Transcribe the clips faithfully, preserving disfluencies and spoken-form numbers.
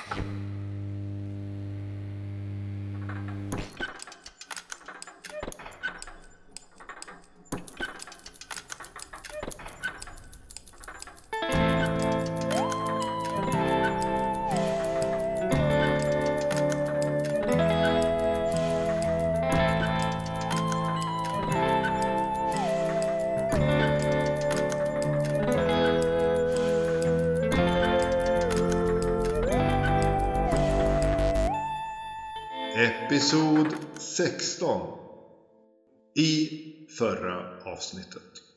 Episod sexton. I förra avsnittet.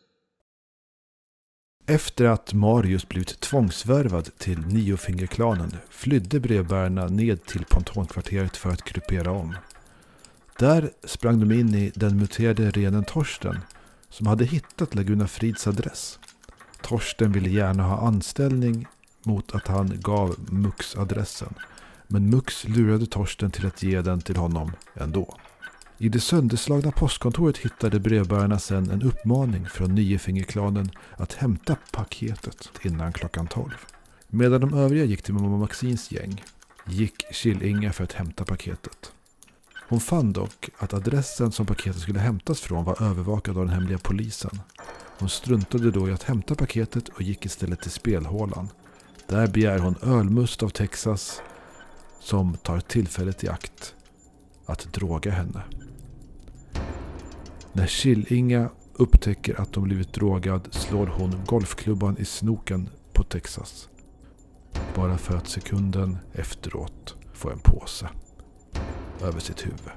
Efter att Marius blivit tvångsvärvad till Niofingerklanen flydde brevbärarna ned till pontonkvarteret för att gruppera om. Där sprang de in i den muterade renen Torsten som hade hittat Laguna Frids adress. Torsten ville gärna ha anställning mot att han gav Mux adressen. Men Mux lurade Torsten till att ge den till honom ändå. I det sönderslagna postkontoret hittade brevbärarna sedan en uppmaning från Niofingerklanen att hämta paketet innan klockan tolv. Medan de övriga gick till mamma Maxins gäng gick Killinga för att hämta paketet. Hon fann dock att adressen som paketet skulle hämtas från var övervakad av den hemliga polisen. Hon struntade då i att hämta paketet och gick istället till spelhålan. Där begär hon ölmust av Texas som tar tillfället i akt att droga henne. När Killinga upptäcker att de blivit drogad slår hon golfklubban i snoken på Texas. Bara för att sekunden efteråt få en påse över sitt huvud.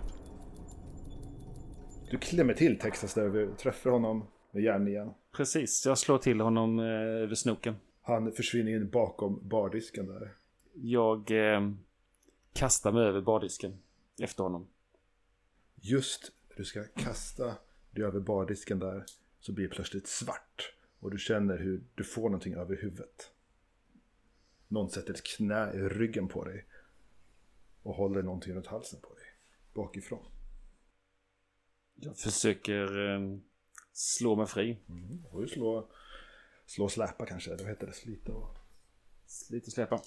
Du klämmer till Texas där vi träffar honom med järn igen. Precis, jag slår till honom eh, över snoken. Han försvinner in bakom bardisken där. Jag eh, kastar mig över bardisken efter honom. Just när du ska kasta dig över bardisken där så blir det plötsligt svart. Och du känner hur du får någonting över huvudet. Någon sätter ett knä i ryggen på dig och håller någonting runt halsen på dig bakifrån. Jag försöker eh, slå mig fri. Mm, får du slå, slå och släpa kanske. Då heter det slita och... Slita och släpa.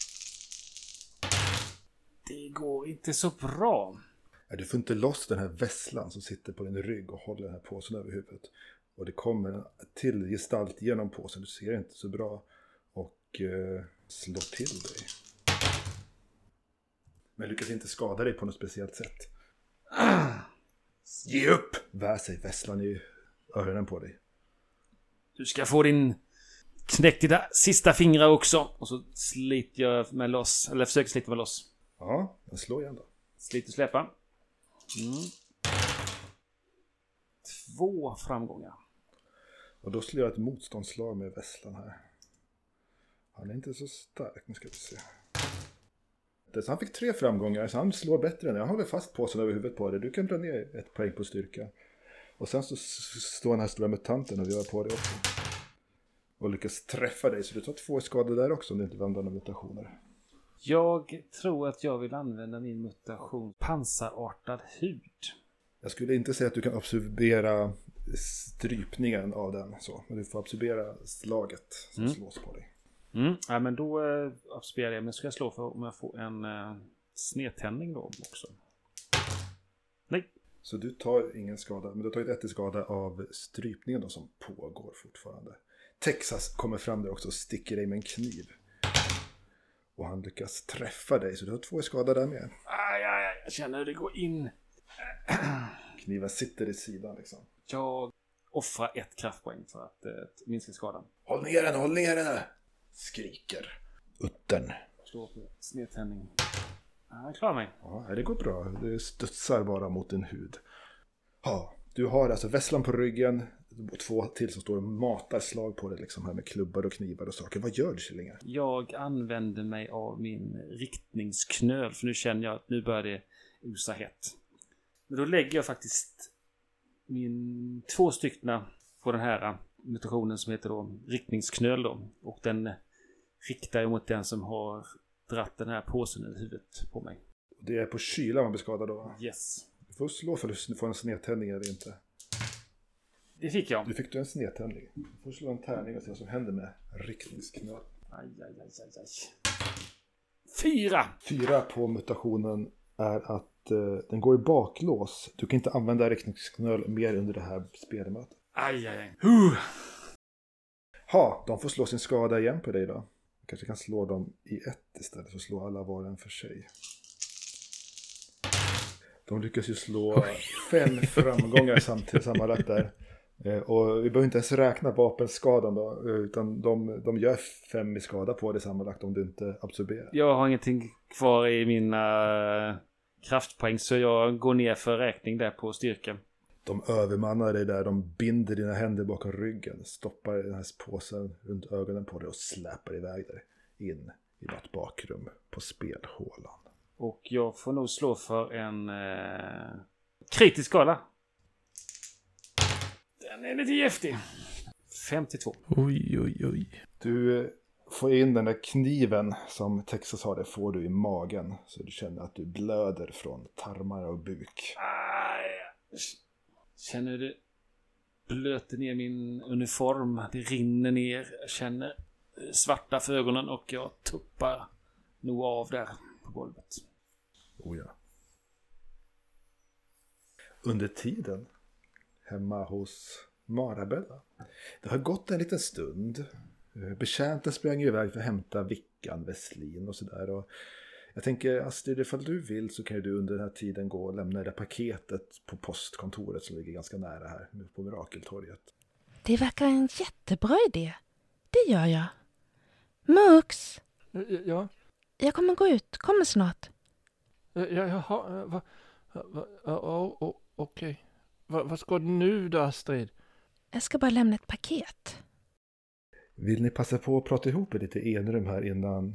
Det går inte så bra. Du får inte loss den här vässlan som sitter på din rygg och håller den här påsen över huvudet. Och det kommer en till gestalt genom påsen. Du ser inte så bra. Och eh, slår till dig. Men lyckas inte skada dig på något speciellt sätt. Ge upp! Vär sig vässlan i öronen på dig. Du ska få din knäck dina sista fingrar också. Och så sliter jag mig loss. Eller försöker slita mig loss. Ja, jag slår igen då. Slit och släppa. Mm. Två framgångar. Och då slår jag ett motståndslag med vässlan här. Han är inte så stark, nu ska vi se. Så han fick tre framgångar, så han slår bättre än det. Han håller fast påsen över huvudet på dig. Du kan dra ner ett poäng på styrka. Och sen så står den här stora mutanten och vilar på dig också. Och lyckas träffa dig, så du tar två skador där också om du inte vänder några mutationer. Jag tror att jag vill använda min mutation pansarartad hud. Jag skulle inte säga att du kan absorbera strypningen av den så. Men du får absorbera slaget som mm. slås på dig. Mm. Ja, men då eh, absorberar jag. Men ska jag slå för om jag får en eh, snedtändning då också? Nej. Så du tar ingen skada. Men du tar ett skada av strypningen då som pågår fortfarande. Texas kommer fram där också och sticker dig med en kniv. Och han lyckas träffa dig. Så du har två skador där med. Aj, aj, aj. Jag känner hur det går in. Kniven sitter i sidan liksom. Jag offrar ett kraftpoäng för att eh, minska skadan. Håll ner den, håll ner den. Skriker uttern. Slår på snedtändning. Ja, jag klarar mig. Ja, det går bra. Det studsar bara mot din hud. Ja, du har alltså vässlan på ryggen. Två till som står och matar slag på dig liksom här med klubbar och knivar och saker. Vad gör du, Killinga? Jag använder mig av min riktningsknöl. För nu känner jag att nu börjar det osa hett. Men då lägger jag faktiskt min två styckna på den här mutationen som heter då riktningsknöl då. Och den riktar jag mot den som har dratt den här påsen i huvudet på mig. Det är på kyla man blir skadad då? Yes. Du får slå för att du får en snedtändning eller inte. Det fick jag. Du fick du en snedtändning. Du får slå en tärning och se vad som händer med riktningsknöl. Aj, aj, aj, aj, aj. Fyra! Fyra på mutationen är att eh, den går i baklås. Du kan inte använda räkningsknöl mer under det här spelmötet. Aj, aj, aj. Uh. Ha, de får slå sin skada igen på dig då. Du kanske kan slå dem i ett istället för att slå alla var en för sig. De lyckas ju slå fem framgångar samtidigt sammanlagt där. Och vi behöver inte ens räkna vapenskadan då, utan de, de gör fem i skada på det sammanlagt om du inte absorberar. Jag har ingenting kvar i mina kraftpoäng, så jag går ner för räkning där på styrkan. De övermannar dig där, de binder dina händer bakom ryggen, stoppar den här påsen runt ögonen på dig och släpar iväg dig in i något bakrum på spelhålan. Och jag får nog slå för en eh, kritisk skala. Den är lite giftig. femtiotvå. Oj, oj, oj. Du får in den där kniven som Texas har, det får du i magen. Så du känner att du blöder från tarmar och buk. Aj. Känner du blöter ner min uniform. Det rinner ner. Jag känner svarta för ögonen och jag tuppar nog av där på golvet. Oh ja. Under tiden hemma hos Marabella. Det har gått en liten stund. Betjänten sprang iväg för att hämta Vickan, Westlin och sådär. Och jag tänker, Astrid, ifall du vill så kan du under den här tiden gå och lämna det paketet på postkontoret som ligger ganska nära här på Mirakeltorget. Det verkar en jättebra idé. Det gör jag. Mux! Ja? Jag kommer gå ut. Kommer snart. Ja, jaha. Va, va, va, oh, okej. Va, vad ska du nu då, Astrid? Jag ska bara lämna ett paket. Vill ni passa på att prata ihop er lite enrum här innan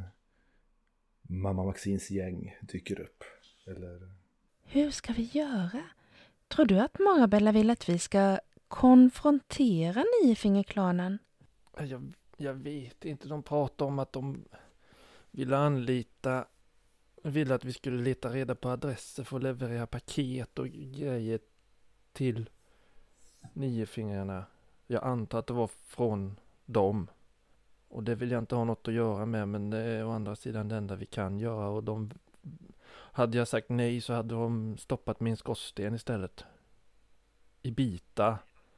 mamma Maxins gäng dyker upp? Eller? Hur ska vi göra? Tror du att Marabella vill att vi ska konfrontera Niofingerklanen? Jag, jag vet inte. De pratar om att de ville anlita... ville att vi skulle leta reda på adresser för att leverera paket och grejer till Niofingrarna. Jag antar att det var från dem. Och det vill jag inte ha något att göra med, men det är å andra sidan det enda vi kan göra. Och de, hade jag sagt nej så hade de stoppat min skorsten istället. I bitar.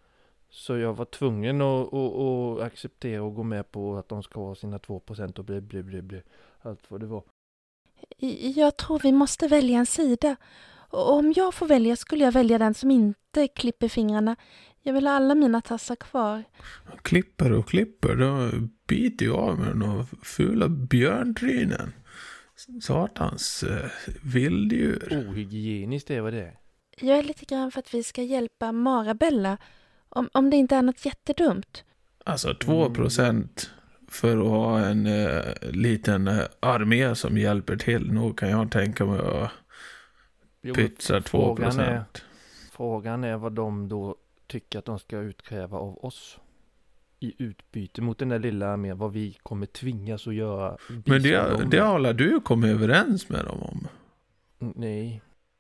Så jag var tvungen att, att, att acceptera och gå med på att de ska ha sina två procent och bli, bli, bli, bli. Allt vad det var. Jag tror vi måste välja en sida. Och om jag får välja skulle jag välja den som inte klipper fingrarna. Jag vill ha alla mina tassar kvar. Klipper och klipper, då biter jag av med några fula björntrynen. Satans eh, vilddjur. Ohygieniskt det var det. Jag är lite grann för att vi ska hjälpa Marabella. Om, om det inte är något jättedumt. Alltså två procent för att ha en eh, liten eh, armé som hjälper till. Nu kan jag tänka mig att Jo, pytsa två procent. Frågan är, frågan är vad de då tycker att de ska utkräva av oss i utbyte mot den där lilla armén, vad vi kommer tvingas att göra. Men det, det har alla du kommit överens med dem om? Nej.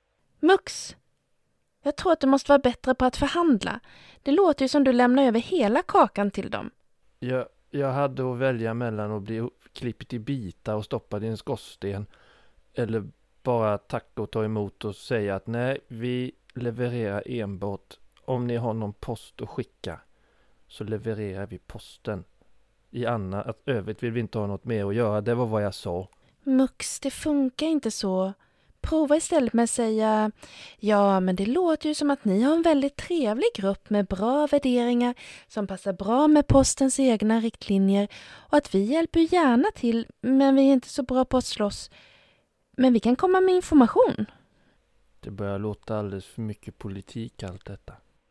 Mux! Jag tror att du måste vara bättre på att förhandla. Det låter ju som du lämnar över hela kakan till dem. Jag, jag hade att välja mellan att bli klippt i bitar och stoppad i en skorsten eller bara tacka och ta emot och säga att nej, vi levererar enbart om ni har någon post att skicka så levererar vi posten. I annat, att övrigt vill vi inte ha något mer att göra. Det var vad jag sa. Mux, det funkar inte så. Prova istället med att säga ja, men det låter ju som att ni har en väldigt trevlig grupp med bra värderingar som passar bra med postens egna riktlinjer och att vi hjälper gärna till, men vi är inte så bra på att slåss. Men vi kan komma med information. Det börjar låta alldeles för mycket politik allt detta.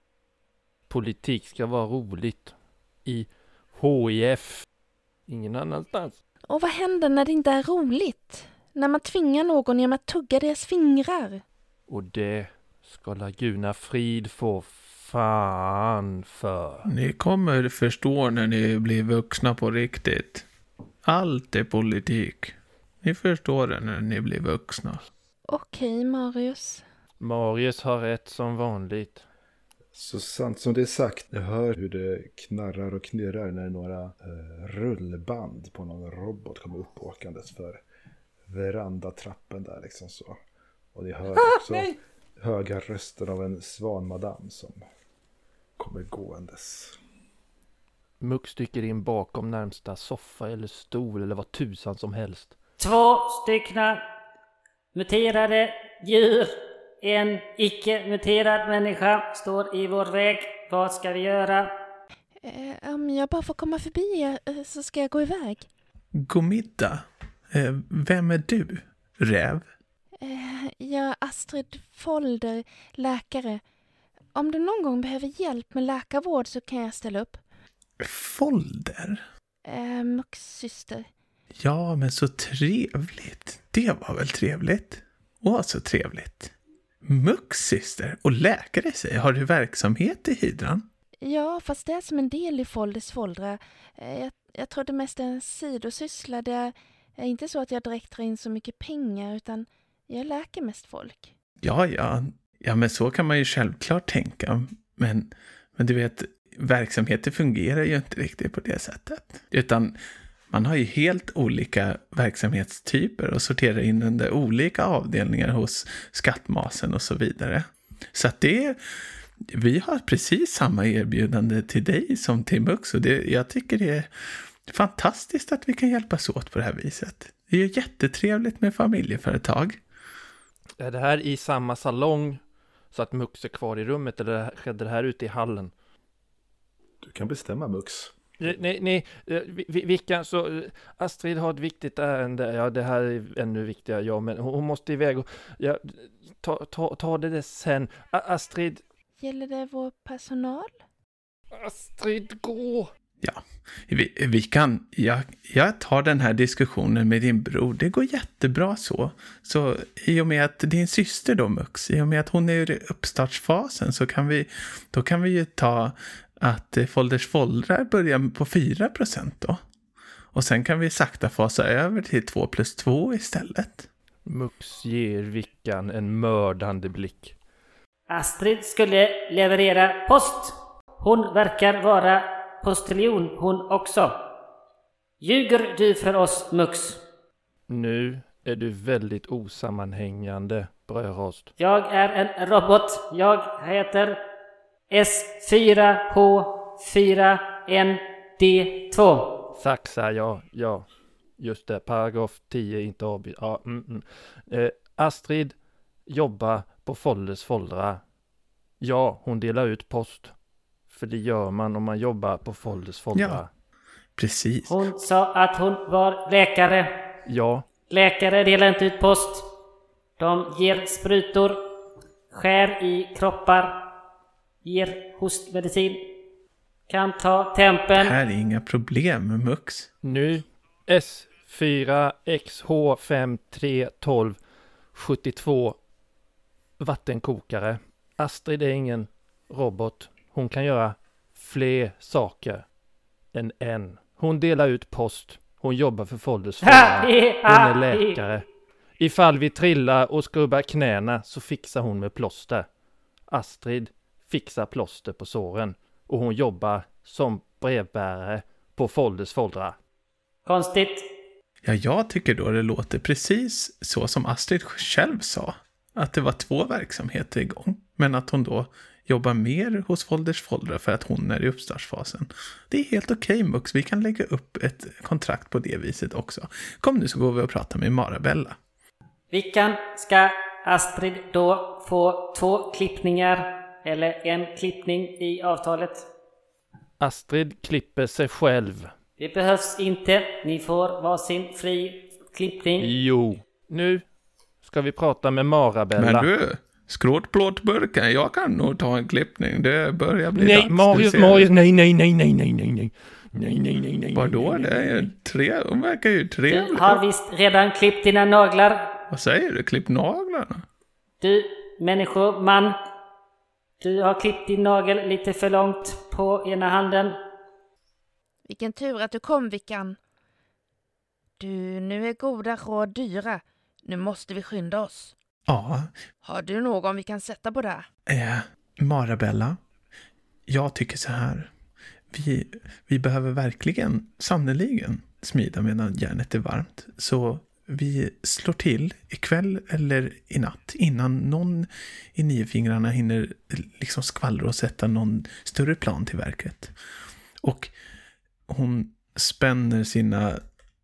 Politik ska vara roligt. I H I F. Ingen annanstans. Och vad händer när det inte är roligt? När man tvingar någon genom att tugga deras fingrar? Och det ska Laguna Frid få fan för. Ni kommer förstå när ni blir vuxna på riktigt. Allt är politik. Ni förstår det när ni blir vuxna. Okej, Marius. Marius har rätt som vanligt. Så sant som det är sagt, jag hör hur det knarrar och knirrar när några eh, rullband på någon robot kommer upp åkandes för verandatrappen där liksom så. Och ni hör också Ah, nej! höga rösten av en svanmadam som kommer gåendes. Mux sticker in bakom närmsta soffa eller stol eller vad tusan som helst. Två styckna muterade djur. En icke-muterad människa står i vår väg. Vad ska vi göra? Eh, om jag bara får komma förbi eh, så ska jag gå iväg. God middag. Eh, vem är du, räv? Eh, jag är Astrid Folder, läkare. Om du någon gång behöver hjälp med läkarvård så kan jag ställa upp. Folder? Eh, Mux syster. Ja, men så trevligt. Det var väl trevligt? Åh, så trevligt. Mux syster och läkare säger, har du verksamhet i hydran? Ja, fast det är som en del i Folders Foldra. Eh, jag, jag trodde mest en sidosyssla. Det är eh, inte så att jag direkt drar in så mycket pengar utan jag läker mest folk. Ja, ja. Ja, men så kan man ju självklart tänka. Men, men du vet, verksamheter fungerar ju inte riktigt på det sättet. Utan man har ju helt olika verksamhetstyper och sorterar in under olika avdelningar hos skattmasen och så vidare. Så att det, vi har precis samma erbjudande till dig som till Mux och det, jag tycker det är fantastiskt att vi kan hjälpas åt på det här viset. Det är ju jättetrevligt med familjeföretag. Är det här i samma salong så att Mux är kvar i rummet eller skedde det här ute i hallen? Du kan bestämma, Mux. Nej, nej, vilka så Astrid har ett viktigt ärende. Ja, det här är ännu viktigare. Ja, men hon måste iväg och ja, ta, ta, ta det där sen. Astrid. Gäller det vår personal? Astrid, gå! Ja, vi, vi kan, jag, jag tar den här diskussionen med din bror. Det går jättebra så. Så i och med att din syster då, Mux, i och med att hon är i uppstartsfasen så kan vi, då kan vi ju ta att Folders Foldrar börjar på fyra procent då. Och sen kan vi sakta fasa över till två plus två istället. Mux ger Vickan en mördande blick. Astrid skulle leverera post. Hon verkar vara postiljon hon också. Ljuger du för oss, Mux? Nu är du väldigt osammanhängande, brödrost. Jag är en robot. Jag heter S fyra H fyra N D två. Saxa, ja, ja. Just det, paragraf tio, inte avbyt. Ja, mm, mm. Eh, Astrid jobbar på Folders Foldra. Ja, hon delar ut post. För det gör man om man jobbar på Folders Foldra. Ja, precis. Hon sa att hon var läkare. Ja. Läkare delar inte ut post. De ger sprutor, skär i kroppar, ger hostmedicin, kan ta tempen. Det här är inga problem, Mux. Nu S fyra X H fem tre tolv sjuttiotvå vattenkokare. Astrid är ingen robot. Hon kan göra fler saker än en. Hon delar ut post. Hon jobbar för Folders Foldra. Hon är läkare. Ifall vi trillar och skrubbar knäna så fixar hon med plåster. Astrid fixar plåster på såren. Och hon jobbar som brevbärare på Folders Foldra. Konstigt. Ja, jag tycker då det låter precis så som Astrid själv sa. Att det var två verksamheter igång. Men att hon då jobbar mer hos Folders Foldra för att hon är i uppstartsfasen. Det är helt okej, okay, Mux. Vi kan lägga upp ett kontrakt på det viset också. Kom nu så går vi och pratar med Marabella. Vilken ska Astrid då få två klippningar eller en klippning i avtalet? Astrid klipper sig själv. Det behövs inte. Ni får varsin fri klippning. Jo. Nu ska vi prata med Marabella. Men du, skråtplåtburken, jag kan nog ta en klippning. Det börjar bli nej, dags. Marius, Marius, nej, nej, nej, nej, nej, nej, nej. Nej, nej, nej, nej. Vadå? Det är ju tre, de verkar ju trevligt. Du har visst redan klippt dina naglar. Vad säger du? Klipp naglarna? Du, människoman. Du har klippt din nagel lite för långt på ena handen. Vilken tur att du kom, Vickan. Du, nu är goda råd dyra. Nu måste vi skynda oss. Ja. Har du någon vi kan sätta på det? Eh, Marabella, jag tycker så här. Vi, vi behöver verkligen, sannoliken, smida medan järnet är varmt. Så vi slår till ikväll eller i natt innan någon i Niofingrarna hinner liksom skvallra och sätta någon större plan till verket. Och hon spänner sina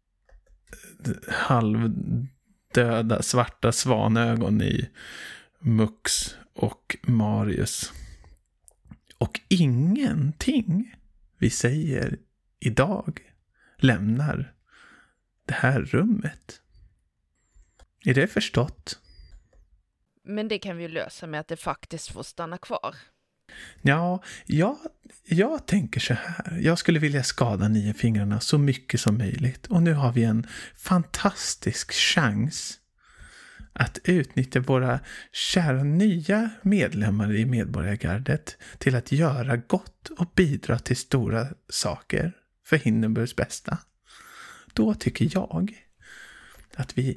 halvdöda svarta svanögon i Mux och Marius. Och ingenting vi säger idag lämnar det här rummet. Är det förstått? Men det kan vi ju lösa med att det faktiskt får stanna kvar. Ja, jag, jag tänker så här. Jag skulle vilja skada Niofingrarna så mycket som möjligt. Och nu har vi en fantastisk chans att utnyttja våra kära nya medlemmar i Medborgargardet till att göra gott och bidra till stora saker för Hindenburgs bästa. Då tycker jag att vi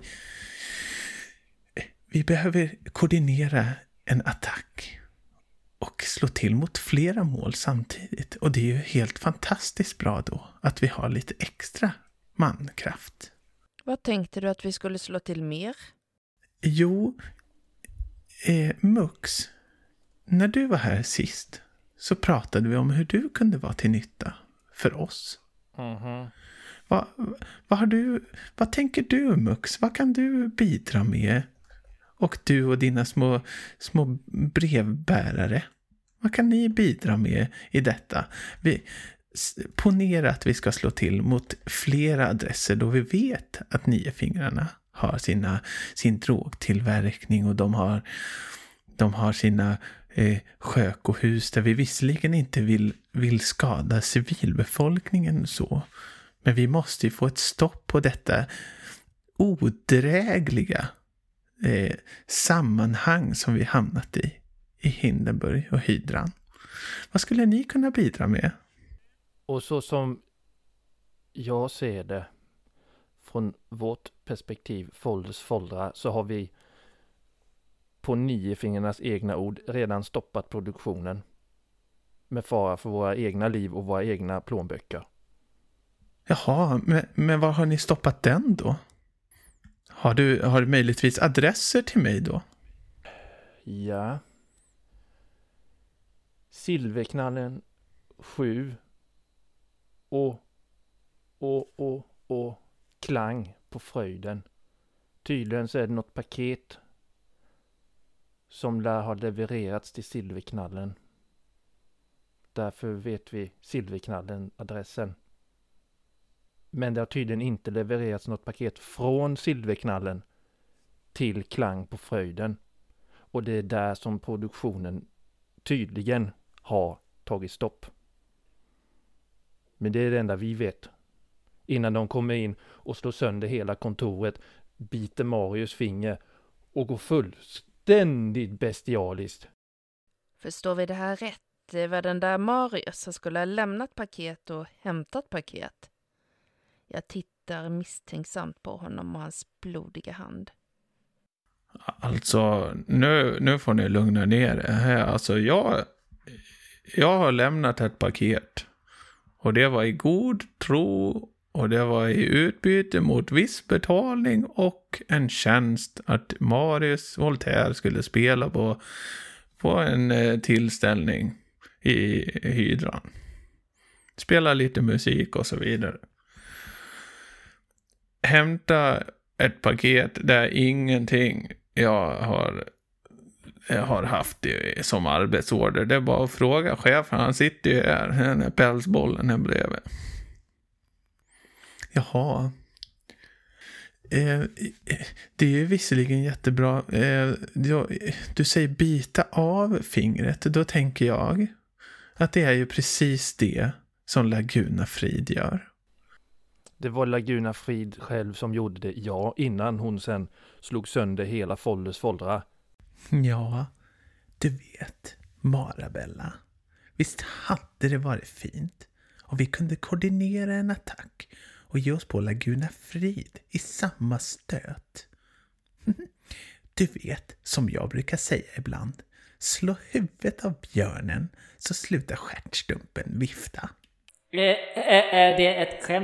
vi behöver koordinera en attack och slå till mot flera mål samtidigt. Och det är ju helt fantastiskt bra då att vi har lite extra mankraft. Vad tänkte du att vi skulle slå till mer? Jo, eh, Mux, när du var här sist så pratade vi om hur du kunde vara till nytta för oss. Mhm. Vad, vad, har du, vad tänker du, Mux? Vad kan du bidra med? Och du och dina små, små brevbärare. Vad kan ni bidra med i detta? Vi, ponera att vi ska slå till mot flera adresser då vi vet att Niofingrarna har sina, sin drogtillverkning och de har, de har sina eh, sjökohus där vi visserligen inte vill, vill skada civilbefolkningen så. Men vi måste ju få ett stopp på detta odrägliga eh, sammanhang som vi hamnat i, i Hindenburg och Hydran. Vad skulle ni kunna bidra med? Och så som jag ser det från vårt perspektiv, Folders Foldra, så har vi på Niofingrarnas egna ord redan stoppat produktionen med fara för våra egna liv och våra egna plånböcker. Jaha, men, men var har ni stoppat den då? Har du, har du möjligtvis adresser till mig då? Ja. Silverknallen sju och, och, och, och klang på Fröjden. Tydligen så är det något paket som lär ha levererats till Silverknallen. Därför vet vi Silverknallen-adressen. Men det har tydligen inte levererats något paket från Silverknallen till Klang på Fröjden. Och det är där som produktionen tydligen har tagit stopp. Men det är det enda vi vet. Innan de kommer in och slår sönder hela kontoret, biter Marius finger och går fullständigt bestialiskt. Förstår vi det här rätt? Det var den där Marius som skulle ha lämnat paket och hämtat paket. Jag tittar misstänksamt på honom och hans blodiga hand. Alltså, nu, nu får ni lugna ner er. Alltså, jag, jag har lämnat ett paket. Och det var i god tro. Och det var i utbyte mot viss betalning och en tjänst att Marius Voltaire skulle spela på, på en eh, tillställning i Hydran. Spela lite musik och så vidare. Hämta ett paket där ingenting jag har, jag har haft i, som arbetsorder. Det är bara att fråga chefen. Han sitter ju här. Den är pälsbollen här bredvid. Jaha. Eh, det är ju visserligen jättebra. Eh, du, du säger bita av fingret. Då tänker jag att det är ju precis det som Laguna Frid gör. Det var Laguna Frid själv som gjorde det, ja, innan hon sen slog sönder hela Folders Foldra. Ja, du vet, Marabella. Visst hade det varit fint och vi kunde koordinera en attack och ge oss på Laguna Frid i samma stöt. Du vet, som jag brukar säga ibland, slå huvudet av björnen så slutar stjärtstumpen vifta. Är, är det ett skämt?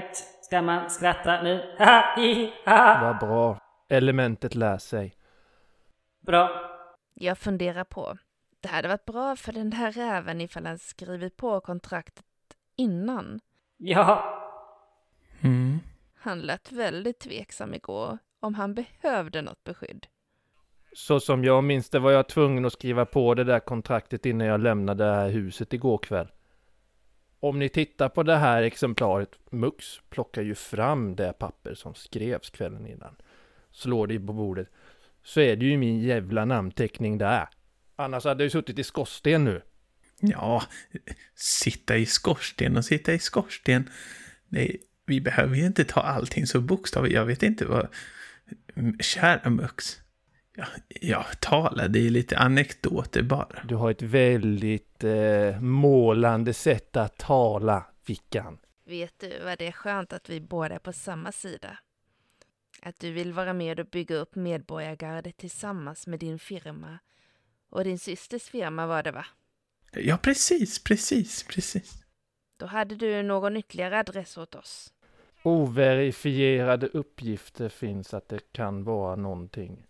Ska man skratta nu? Ha, hi, ha. Vad bra. Elementet lär sig. Bra. Jag funderar på. Det hade varit bra för den här räven ifall han skrivit på kontraktet innan. Ja. Mm. Han lät väldigt tveksam igår om han behövde något beskydd. Så som jag minns det var jag tvungen att skriva på det där kontraktet innan jag lämnade det här huset igår kväll. Om ni tittar på det här exemplaret, Mux plockar ju fram det papper som skrevs kvällen innan. Slår det på bordet. Så är det ju min jävla namnteckning där. Annars hade jag ju suttit i skorsten nu. Ja, sitta i skorsten och sitta i skorsten. Nej, vi behöver ju inte ta allting så bokstavligt. Jag vet inte vad... Kära Mux. Ja, jag talade i lite anekdoter bara. Du har ett väldigt eh, målande sätt att tala, Vickan. Vet du vad det är skönt att vi båda är på samma sida? Att du vill vara med och bygga upp Medborgargardet tillsammans med din firma. Och din systers firma var det, va? Ja, precis, precis, precis. Då hade du någon ytterligare adress åt oss. Overifierade uppgifter finns att det kan vara någonting.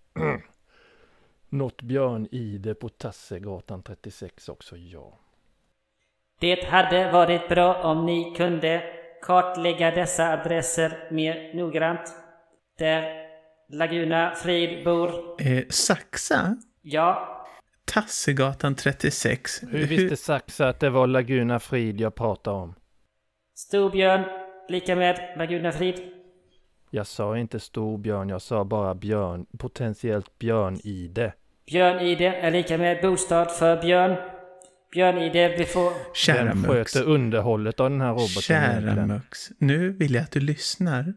Något Björn-ide på Tassegatan trettiosex också, ja. Det hade varit bra om ni kunde kartlägga dessa adresser mer noggrant. Där Laguna Frid bor. Eh, Saxa? Ja. Tassegatan trettiosex. Hur visste Saxa att det var Laguna Frid jag pratade om? Storbjörn, lika med Laguna Frid. Jag sa inte storbjörn, jag sa bara björn, potentiellt björn-ide. Björn-ide är lika med bostad för björn. Björn-ide befår... Kära Den Mux. sköter underhållet av den här roboten. Kära egentligen. Mux. Nu vill jag att du lyssnar.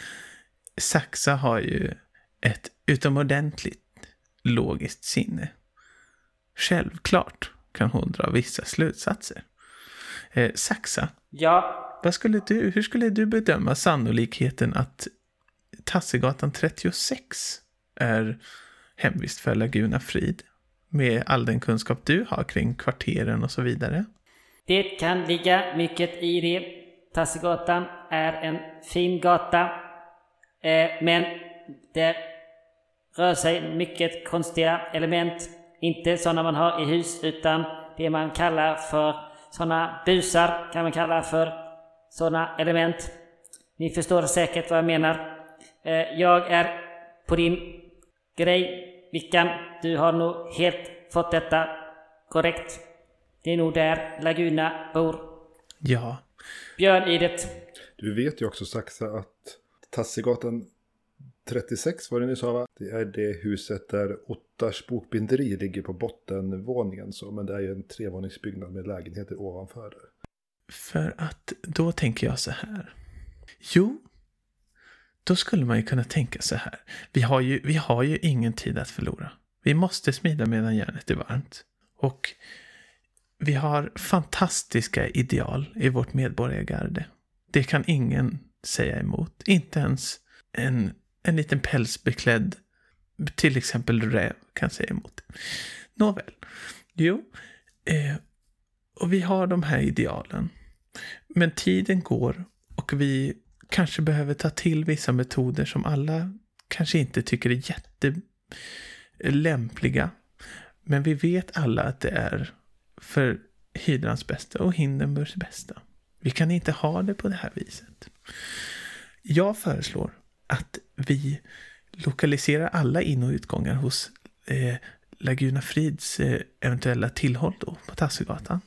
Saxa har ju ett utomordentligt logiskt sinne. Självklart kan hon dra vissa slutsatser. Eh, Saxa. Ja. Vad skulle du, hur skulle du bedöma sannolikheten att Tassegatan trettiosex är hemvist för Laguna Frid? Med all den kunskap du har kring kvarteren och så vidare. Det kan ligga mycket i det. Tassegatan är en fin gata. Eh, men det rör sig mycket konstiga element. Inte sådana man har i hus, utan det man kallar för sådana busar kan man kalla för sådana element. Ni förstår säkert vad jag menar. Eh, jag är på din grej, Vickan. Du har nog helt fått detta korrekt. Det är nog där Laguna bor. Ja. Björn-idet. Du vet ju också, Saxa, att Tassegatan trettiosex var det ni sa, va? Det är det huset där Ottars bokbinderi ligger på bottenvåningen. Så, men det är ju en trevåningsbyggnad med lägenheter ovanför där. För att då tänker jag så här. Jo, då skulle man ju kunna tänka så här. Vi har ju, vi har ju ingen tid att förlora. Vi måste smida medan järnet är varmt. Och vi har fantastiska ideal i vårt medborgargarde. Det kan ingen säga emot. Inte ens en, en liten pälsbeklädd, till exempel räv, kan säga emot. Nåväl. Jo, eh, och vi har de här idealen. Men tiden går och vi kanske behöver ta till vissa metoder som alla kanske inte tycker är jättelämpliga. Men vi vet alla att det är för Hydrans bästa och Hindenburgs bästa. Vi kan inte ha det på det här viset. Jag föreslår att vi lokaliserar alla in- och utgångar hos eh, Laguna Frids eh, eventuella tillhåll då på Tassegatan.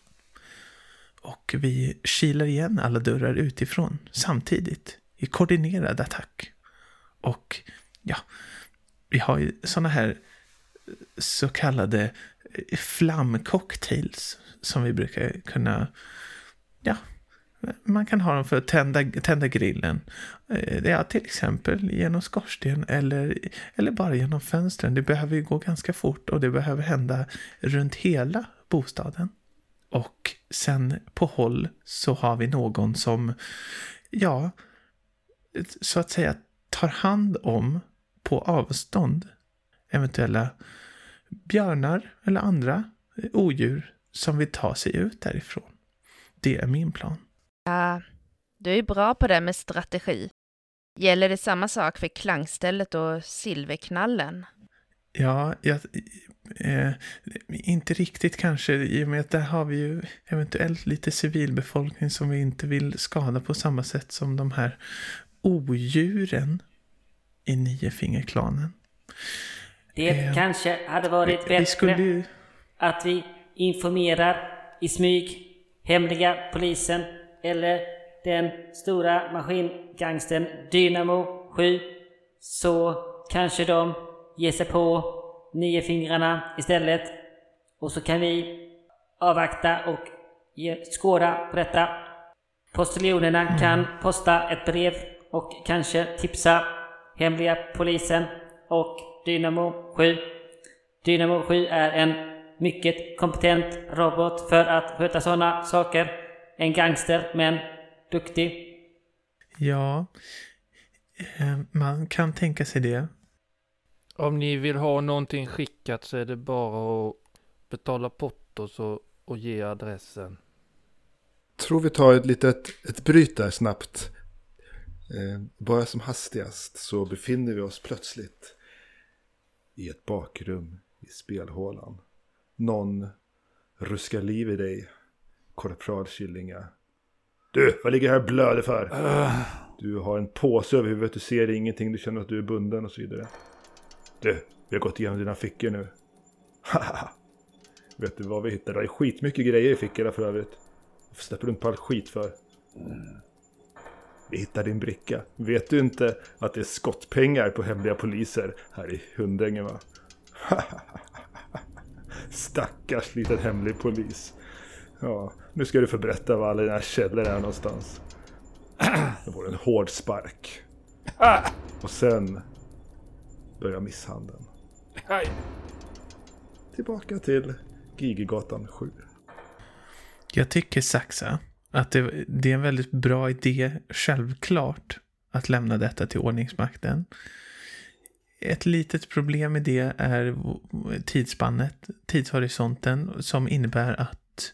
Och vi kilar igen alla dörrar utifrån samtidigt i koordinerad attack. Och ja, vi har ju såna här så kallade flamcocktails som vi brukar kunna, ja, man kan ha dem för att tända, tända grillen. Ja, till exempel genom skorsten eller, eller bara genom fönstren. Det behöver ju gå ganska fort och det behöver hända runt hela bostaden. Och sen på håll så har vi någon som, ja, så att säga tar hand om på avstånd eventuella björnar eller andra odjur som vill ta sig ut därifrån. Det är min plan. Ja, Du är bra på det med strategi. Gäller det samma sak för klangstället och silverknallen? Ja, jag, eh, inte riktigt kanske, i och med att där har vi ju eventuellt lite civilbefolkning som vi inte vill skada på samma sätt som de här odjuren i Niofingerklanen. Det eh, kanske hade varit vi, bättre vi skulle... att vi informerar i smyg hemliga polisen eller den stora maskingangsten Dynamo sju, så kanske de ger sig på Niofingrarna istället, och så kan vi avvakta och ge, skåda på detta. Postiljonerna mm. kan posta ett brev och kanske tipsa hemliga polisen och Dynamo sju. Dynamo sju är en mycket kompetent robot för att sköta sådana saker. En gangster, men duktig. Ja, man kan tänka sig det. Om ni vill ha någonting skickat så är det bara att betala portot och, och ge adressen. Tror vi tar ett litet ett bryt där snabbt. Eh, bara som hastigast så befinner vi oss plötsligt i ett bakrum i spelhålan. Någon ruskar liv i dig, Korpral Killinga. Du, vad ligger här och blöder för? Uh. Du har en påse över huvudet, du ser ingenting, du känner att du är bunden och så vidare. Du, vi har gått igenom dina fickor nu. Vet du vad vi hittade? Det är skitmycket grejer i fickorna för övrigt. Varför släpper du inte på all skit för? Mm. Vi hittade din bricka. Vet du inte att det är skottpengar på hemliga poliser här i Hundängen, va? Stackars liten hemlig polis. Ja, nu ska du få berätta vad alla dina källor är någonstans. Det var en hård spark. Och sen börjar misshandeln. Tillbaka till Gigegatan sju. Jag tycker, Saxa, att det, det är en väldigt bra idé, självklart, att lämna detta till ordningsmakten. Ett litet problem med det är tidsspannet, tidshorisonten, som innebär att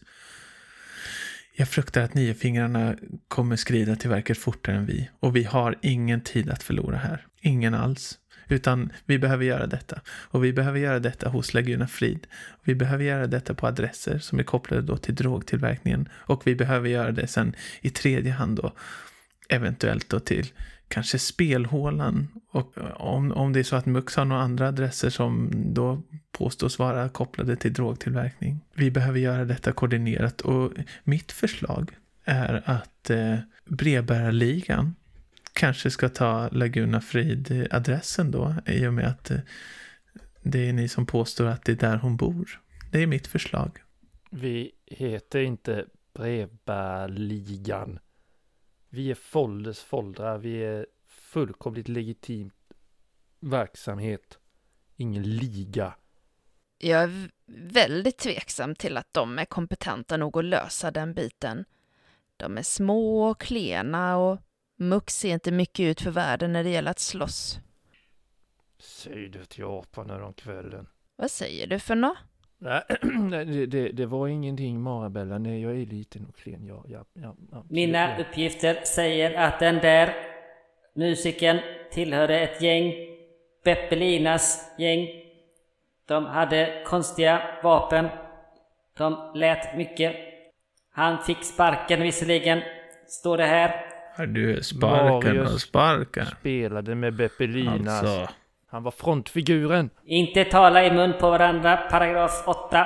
jag fruktar att Niofingrarna kommer skrida till verket fortare än vi. Och vi har ingen tid att förlora här. Ingen alls. Utan vi behöver göra detta. Och vi behöver göra detta hos Laguna Frid. Vi behöver göra detta på adresser som är kopplade då till drogtillverkningen. Och vi behöver göra det sen i tredje hand då. Eventuellt då till kanske spelhålan. Och om, om det är så att Mux har några andra adresser som då påstås vara kopplade till drogtillverkning. Vi behöver göra detta koordinerat. Och mitt förslag är att eh, brevbärarligan kanske ska ta Laguna Frid-adressen då, i och med att det är ni som påstår att det är där hon bor. Det är mitt förslag. Vi heter inte Brevbärarligan. Vi är Folders foldrar. Vi är fullkomligt legitimt verksamhet. Ingen liga. Jag är väldigt tveksam till att de är kompetenta nog att lösa den biten. De är små och klena och Mux ser inte mycket ut för världen när det gäller att slåss. Säg det till aporna om kvällen. Vad säger du för nå? Nej, det, det, det var ingenting, Marabella. Nej, jag är liten och klen. Ja, ja, ja, ja, Mina ja. uppgifter säger att den där musiken tillhörde ett gäng, Beppelinas gäng. De hade konstiga vapen. De lät mycket. Han fick sparken visserligen, står det här. Du, sparken och sparken. Spelade med Beppelinas. Alltså. Han var frontfiguren. Inte tala i mun på varandra, paragraf åtta.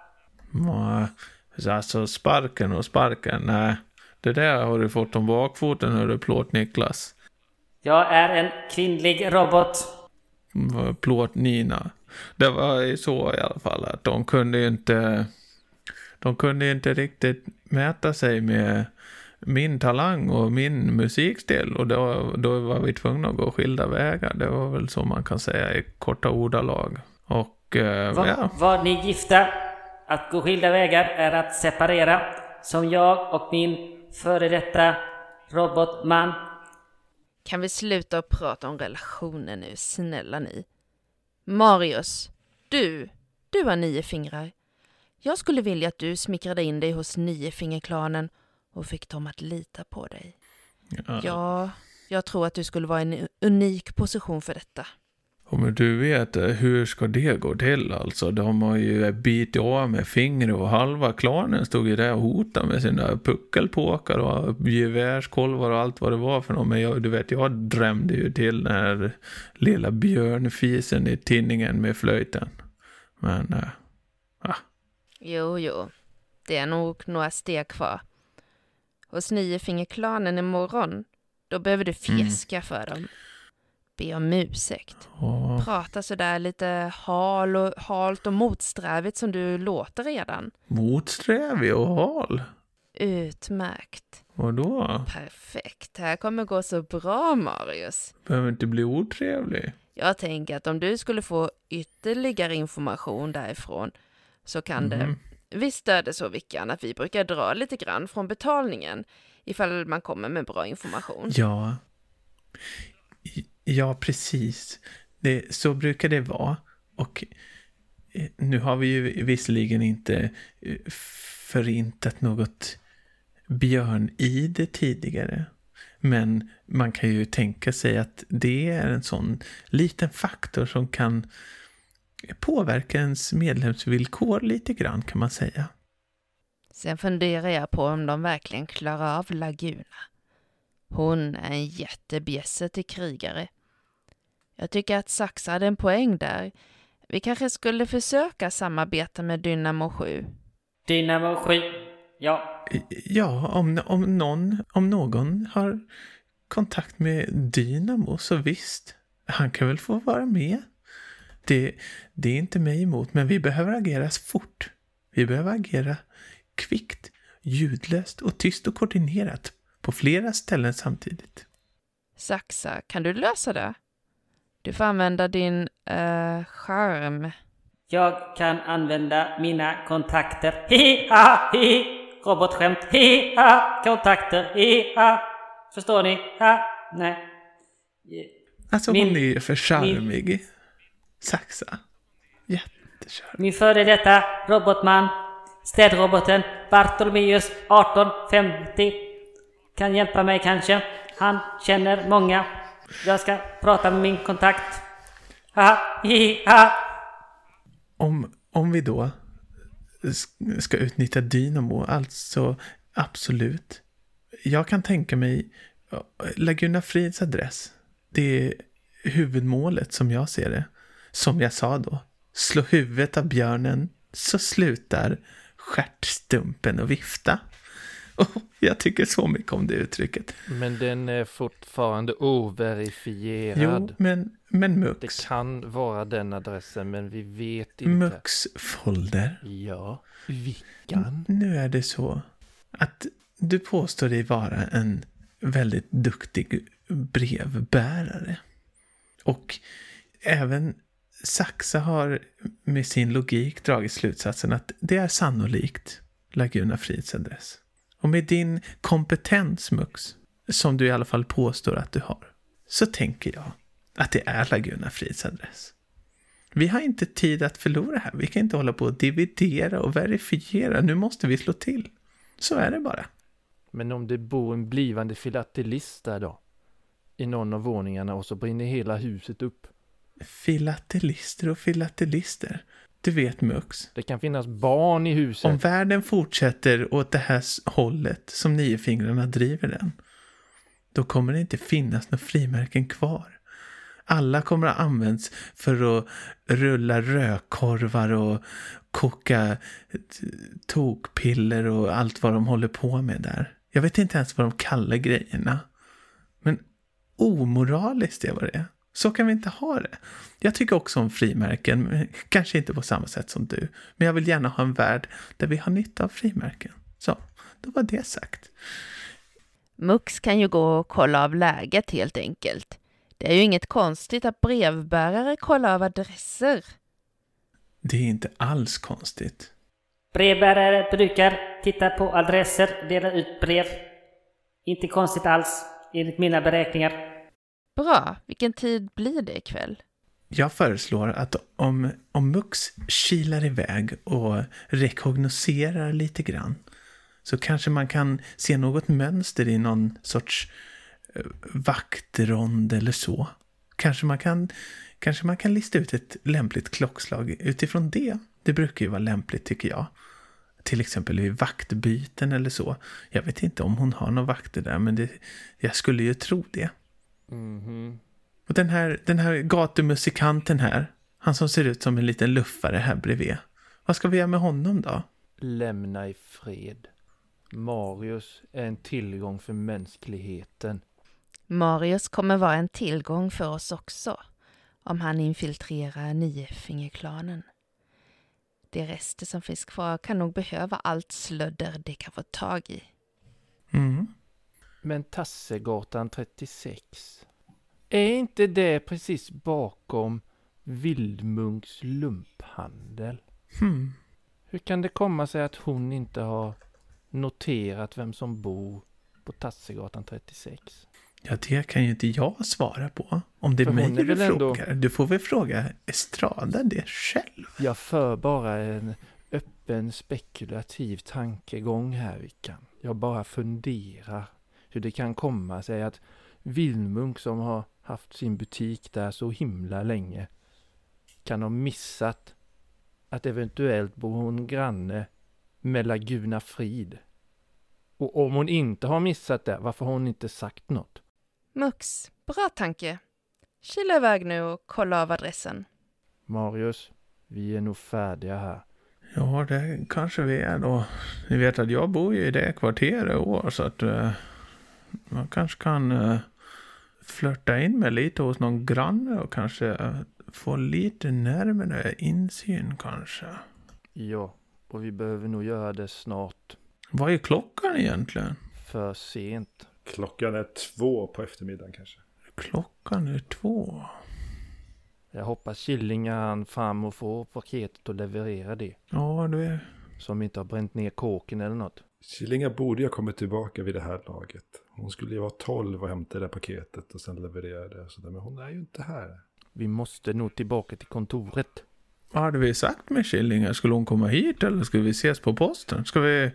Alltså sparken och sparken, nej. Det där har du fått om bakfoten, hör du, Plåt Niklas. Jag är en kvinnlig robot. Plåt Nina. Det var ju så i alla fall att de kunde ju inte de kunde ju inte riktigt mäta sig med min talang och min musikstil, och då, då var vi tvungna att gå skilda vägar. Det var väl så man kan säga i korta ordalag. Och eh, var, ja. var ni gifta? Att gå skilda vägar är att separera, som jag och min före detta robotman. Kan vi sluta och prata om relationer nu, snälla ni? Marius, du, du har nio fingrar. Jag skulle vilja att du smickrade in dig hos Niofingerklanen och fick dem att lita på dig. Ja. Ja, jag tror att du skulle vara i en unik position för detta. Ja, men du vet, hur ska det gå till alltså? De har ju bitit av med fingret och halva klanen stod ju där och hotade med sina puckelpåkar och gevärskolvar och allt vad det var för något. Men jag, du vet, jag drämde ju till den här lilla björnfisen i tinningen med flöjten. Men, äh, ah. Jo, jo. Det är nog några steg kvar. Hos Niofingerklanen imorgon, då behöver du fjäska mm. för dem. Be om ursäkt. Oh. Prata sådär lite hal och, halt och motsträvigt som du låter redan. Motsträvig och hal? Utmärkt. Vadå? Perfekt. Det här kommer gå så bra, Marius. Behöver inte bli otrevlig. Jag tänker att om du skulle få ytterligare information därifrån så kan mm. det... Visst är det så, Vickan, att vi brukar dra lite grann från betalningen ifall man kommer med bra information. Ja, ja precis. Det, så brukar det vara. Och nu har vi ju visserligen inte förintat något björn i det tidigare. Men man kan ju tänka sig att det är en sån liten faktor som kan påverka ens medlemsvillkor lite grann, kan man säga. Sen funderar jag på om de verkligen klarar av Laguna. Hon är en jättebjässe till krigare. Jag tycker att Saxa hade en poäng där. Vi kanske skulle försöka samarbeta med Dynamo sju. Dynamo sju, ja. Ja, om, om, någon, om någon har kontakt med Dynamo så visst. Han kan väl få vara med. Det, det är inte mig emot, men vi behöver agera fort. Vi behöver agera kvickt, ljudlöst och tyst och koordinerat på flera ställen samtidigt. Saxa, kan du lösa det? Du får använda din uh, charm. Jag kan använda mina kontakter. Hi ha hi. Robotskämt. Hi ha. Kontakter. Hi ha. Förstår ni? Ha. Nej. Alltså min, hon är för charmig. Min... Saxa. Jättekärmig. Min före detta robotman, städroboten Bartolomeus arton femtio kan hjälpa mig kanske. Han känner många. Jag ska prata med min kontakt. Ha, hi, ha. Om, om vi då ska utnyttja Dynamo, alltså absolut. Jag kan tänka mig Laguna Frids adress. Det är huvudmålet som jag ser det. Som jag sa då, slå huvudet av björnen så slutar stjärtstumpen och vifta. Och jag tycker så mycket om det uttrycket. Men den är fortfarande overifierad. Jo, men, men Mux. Det kan vara den adressen, men vi vet inte. Mux folder. Ja, Vickan. Nu är det så att du påstår dig vara en väldigt duktig brevbärare. Och även Saxa har med sin logik dragit slutsatsen att det är sannolikt Laguna Frids adress. Och med din kompetens, Mux, som du i alla fall påstår att du har, så tänker jag att det är Laguna Frids adress. Vi har inte tid att förlora här. Vi kan inte hålla på att dividera och verifiera. Nu måste vi slå till. Så är det bara. Men om det bor en blivande filatelist där då? I någon av våningarna och så brinner hela huset upp. Filatelister och filatelister. Du vet, Mux. Det kan finnas barn i huset. Om världen fortsätter åt det här hållet som Niofingrarna driver den, då kommer det inte finnas några frimärken kvar. Alla kommer att användas för att rulla rökkorvar och koka tokpiller och allt vad de håller på med där. Jag vet inte ens vad de kallar grejerna. Men omoraliskt är vad det är. Så kan vi inte ha det. Jag tycker också om frimärken, men kanske inte på samma sätt som du. Men jag vill gärna ha en värld där vi har nytta av frimärken. Så, då var det sagt. Mux kan ju gå och kolla av läget helt enkelt. Det är ju inget konstigt att brevbärare kollar av adresser. Det är inte alls konstigt. Brevbärare brukar titta på adresser, dela ut brev. Inte konstigt alls, enligt mina beräkningar. Bra, vilken tid blir det ikväll? Jag föreslår att om, om Mux kilar iväg och rekognoserar lite grann, så kanske man kan se något mönster i någon sorts vaktrond eller så. Kanske man kan, kanske man kan lista ut ett lämpligt klockslag utifrån det. Det brukar ju vara lämpligt tycker jag. Till exempel vid vaktbyten eller så. Jag vet inte om hon har någon vakter där, men det, jag skulle ju tro det. Mhm. Och den här, den här gatumusikanten här, han som ser ut som en liten luffare här bredvid. Vad ska vi göra med honom då? Lämna i fred. Marius är en tillgång för mänskligheten. Marius kommer vara en tillgång för oss också, om han infiltrerar Niofingerklanen. De rester som finns kvar kan nog behöva allt slödder de kan få tag i. Mm. Men Tassegatan trettiosex, är inte det precis bakom Vildmunks lumphandel? Hmm. Hur kan det komma sig att hon inte har noterat vem som bor på Tassegatan trettiosex? Ja, det kan ju inte jag svara på. Om det är För mig hon är du väl ändå- frågar. Du får väl fråga Estrada det själv. Jag för bara en öppen spekulativ tankegång här, Vickan. Jag bara funderar hur det kan komma sig att Vildmunk som har haft sin butik där så himla länge kan ha missat att eventuellt bor hon granne med Laguna Frid. Och om hon inte har missat det, varför har hon inte sagt något? Mux, bra tanke. Kila iväg nu och kolla av adressen. Marius, vi är nog färdiga här. Ja, det kanske vi är då. Ni vet att jag bor ju i det kvarteret i år, så att uh, man kanske kan uh, flirta in med lite hos någon granne och kanske uh, få lite närmare insyn kanske. Ja, och vi behöver nog göra det snart. Vad är klockan egentligen? För sent. Klockan är två på eftermiddagen kanske. Klockan är två. Jag hoppas Killinga han fram och får paketet och leverera det. Ja, det är... Som inte har bränt ner kåken eller något. Killinga borde ju ha kommit tillbaka vid det här laget. Hon skulle ju vara tolv och hämta det där paketet och sen leverera det. Så där. Men hon är ju inte här. Vi måste nog tillbaka till kontoret. Vad hade vi sagt med Killinga? Skulle hon komma hit eller ska vi ses på posten? Ska vi...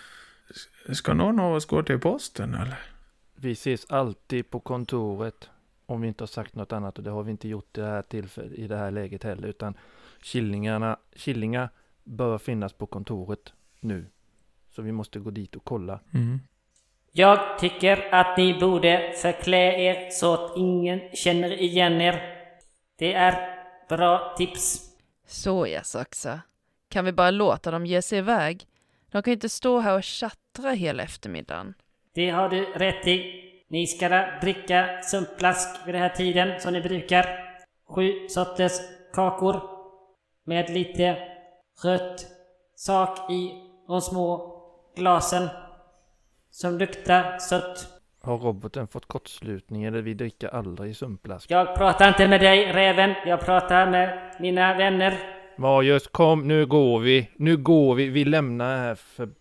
Ska någon av oss gå till posten eller? Vi ses alltid på kontoret. Om vi inte har sagt något annat, och det har vi inte gjort i det här, tillfäll- i det här läget heller. Utan Killingarna, Killinga bör finnas på kontoret nu. Så vi måste gå dit och kolla. Mm. Jag tycker att ni borde förklä er så att ingen känner igen er. Det är bra tips. Så yes också. Kan vi bara låta dem ge sig iväg? De kan inte stå här och tjattra hela eftermiddagen. Det har du rätt i. Ni ska dricka sumpblask vid den här tiden som ni brukar. Sju sorters kakor med lite rött sak i de små glasen som luktar sött. Har roboten fått kortslutning eller vi dricker aldrig sumpblask? Jag pratar inte med dig, räven. Jag pratar med mina vänner. Marius, kom, nu går vi. Nu går vi. Vi lämnar här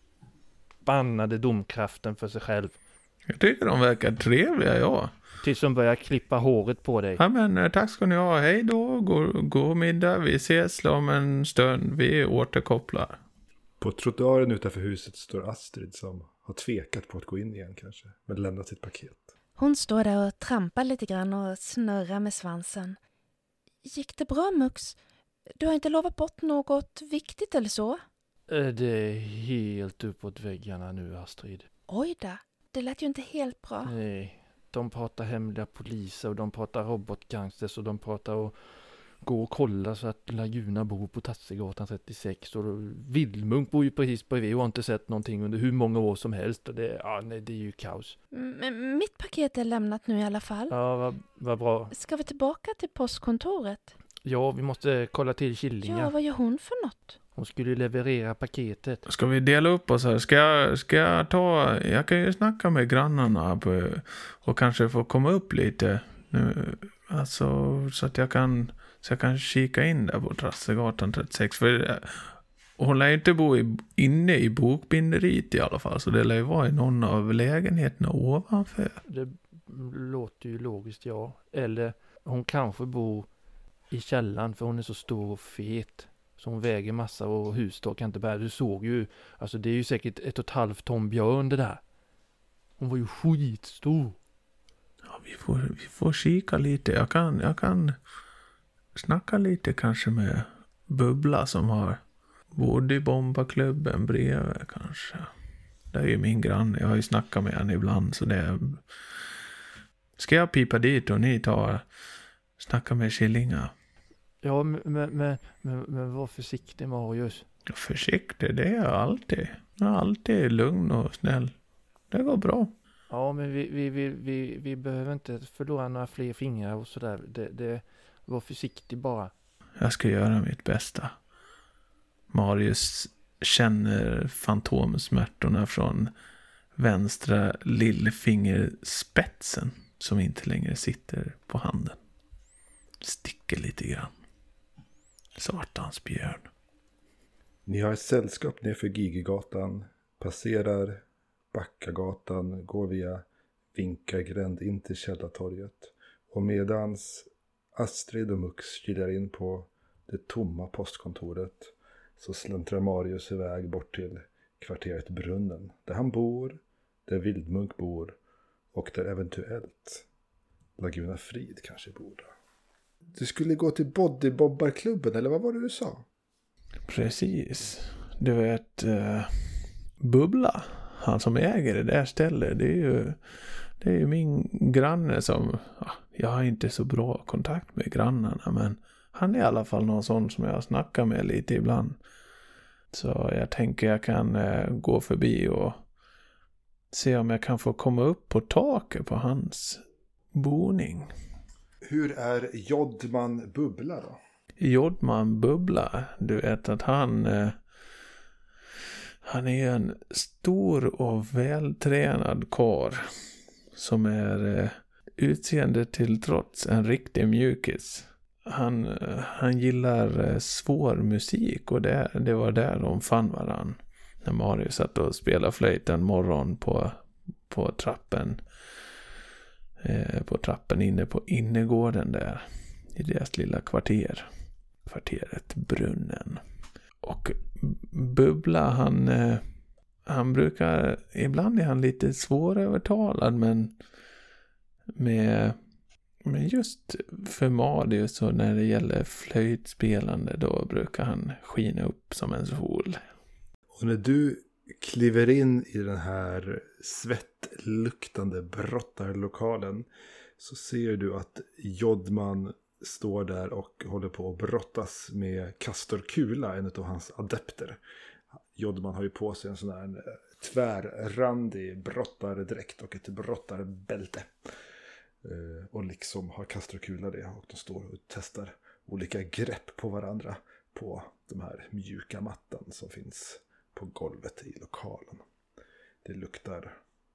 förbannade domkraften för sig själv. Jag tycker de verkar trevliga, ja. Tills de börjar klippa håret på dig. Ja, men tack ska ni ha. Hej då. God, god middag. Vi ses om en stund. Vi återkopplar. På trottoaren utanför huset står Astrid som har tvekat på att gå in igen kanske. Men lämnat sitt paket. Hon står där och trampar lite grann och snurrar med svansen. Gick det bra, Mux? Du har inte lovat bort något viktigt eller så? Det är helt uppåt väggarna nu, Astrid. Oj då, det lät ju inte helt bra. Nej, de pratar hemliga poliser och de pratar robotgangsters och de pratar och gå och kolla så att Laguna bor på Tassegatan trettiosex och Vildmunk bor ju precis bredvid och har inte sett någonting under hur många år som helst och det, ja, nej, det är ju kaos. Men mitt paket är lämnat nu i alla fall. Ja, vad, vad bra. Ska vi tillbaka till postkontoret? Ja, vi måste kolla till Killinga. Ja, vad gör hon för något? Hon skulle ju leverera paketet. Ska vi dela upp oss här? Ska jag, ska jag ta... Jag kan ju snacka med grannarna på, och kanske få komma upp lite nu. Alltså, så att jag kan... Så jag kan kika in där på Tassegatan trettiosex. För hon lär ju inte bo i, inne i bokbinderiet i alla fall. Så det lär ju vara i någon av lägenheterna ovanför. Det låter ju logiskt, ja. Eller hon kanske bor i källaren för hon är så stor och fet. Så hon väger massa och hustak kan inte bära. Du såg ju, alltså det är ju säkert ett och ett halvt ton björn det där. Hon var ju skitstor. Ja, vi får, vi får kika lite. Jag kan, jag kan snacka lite kanske med Bubbla som har bodde i bombaklubben bredvid kanske. Det är ju min granne. Jag har ju snackat med henne ibland. Så det är... Ska jag pipa dit och ni tar snacka med Killinga? Ja, men, men, men, men, men var försiktig, Marius. Försiktig, det är jag alltid. Jag är alltid lugn och snäll. Det går bra. Ja, men vi, vi, vi, vi, vi behöver inte förlora några fler fingrar och sådär. Det, det var försiktig bara. Jag ska göra mitt bästa. Marius känner fantomsmärtorna från vänstra lillfingerspetsen som inte längre sitter på handen. Sticker lite grann. Svartans björn. Ni har ett sällskap nerför Gigegatan, passerar Backagatan, går via Vinkargränd in till Källartorget. Och medans Astrid och Mux kilar in på det tomma postkontoret så släntrar Marius iväg bort till kvarteret Brunnen. Där han bor, där Vildmunk bor och där eventuellt Laguna Frid kanske bor där. Du skulle gå till bodybobbarklubben, eller vad var det du sa? Precis. Du vet, uh, Bubbla, han som äger det där stället, det är ju, det är ju min granne som, ja, jag har inte så bra kontakt med grannarna, men han är i alla fall någon sån som jag snackar med lite ibland. Så jag tänker jag kan uh, gå förbi och se om jag kan få komma upp på taket på hans boning. Hur är Jodman Bubbla då? Jodman Bubbla, du vet att han eh, han är en stor och vältränad karl som är eh, utseende till trots en riktig mjukis. Han, eh, han gillar eh, svår musik och det, det var där de fann varann. När Marius satt och spelade flöjt en morgon på, på trappen eh, på trappen inne på innergården där i deras lilla kvarter. Kvarteret Brunnen. Och Bubbla, han eh, han brukar, ibland är han lite svårövertalad, men med, med just för Marius och när det gäller flöjtspelande, då brukar han skina upp som en sol. Och när du kliver in i den här svettluktande brottarlokalen så ser du att Jodman står där och håller på att brottas med Castor Kula, en av hans adepter. Jodman har ju på sig en sån här tvärrandig brottardräkt och ett brottarbälte. Och liksom har Castor Kula det, och de står och testar olika grepp på varandra på de här mjuka mattan som finns på golvet i lokalen. Det luktar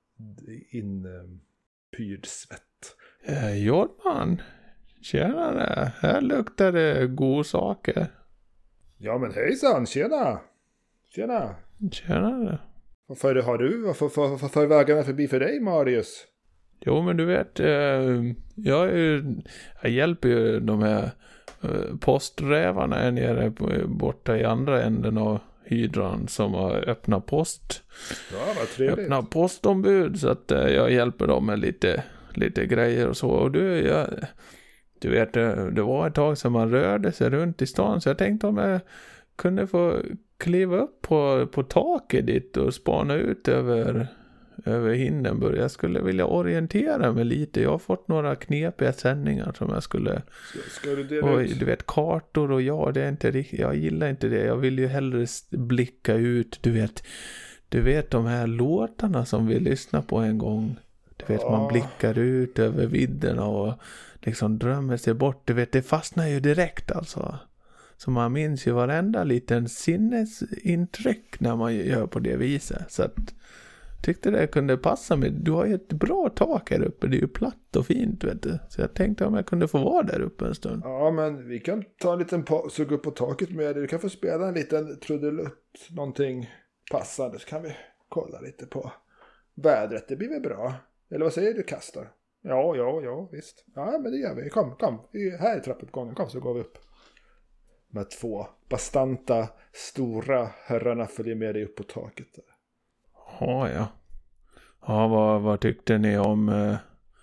inpyrd svett. Eh, Jodman, tjenare, här luktar det god saker. Ja men hejsan, tjena! Tjena! Tjenare. Varför har du? Varför, varför, varför är vägarna förbi för dig, Marius? Jo men du vet, eh, jag, är ju, jag hjälper ju de här eh, posträvarna här nere på, borta i andra änden av hydran som har öppnat post. Ja, vad trevligt. Öppna postombud, så att eh, jag hjälper dem med lite, lite grejer och så. Och du, jag, du vet, det, det var ett tag som man rörde sig runt i stan, så jag tänkte om jag kunde få kliva upp på, på taket dit och spana ut över, över Hindenburg. Jag skulle vilja orientera mig lite. Jag har fått några knepiga sändningar som jag skulle... Ska, ska du dela och, ut? du vet, kartor och ja, det är inte riktigt... Jag gillar inte det. Jag vill ju hellre blicka ut, du vet... Du vet de här låtarna som vi lyssnade på en gång. Du vet, Ja. man blickar ut över vidderna och liksom drömmer sig bort. Du vet, det fastnar ju direkt alltså. Så man minns ju varenda liten sinnesintryck när man gör på det viset. Så att tyckte det kunde passa mig. Du har ju ett bra tak här uppe. Det är ju platt och fint, vet du. Så jag tänkte om jag kunde få vara där uppe en stund. Ja, men vi kan ta en liten paus och gå upp på taket med dig. Du kan få spela en liten trudelutt, någonting passande. Så kan vi kolla lite på vädret. Det blir väl bra. Eller vad säger du, Castor? Ja, ja, ja, visst. Ja, men det gör vi. Kom, kom. Här är trappuppgången. Kom, så går vi upp. Med två bastanta, stora herrarna följer med dig upp på taket där. Ja, ja. Ja, vad, vad tyckte ni om, eh,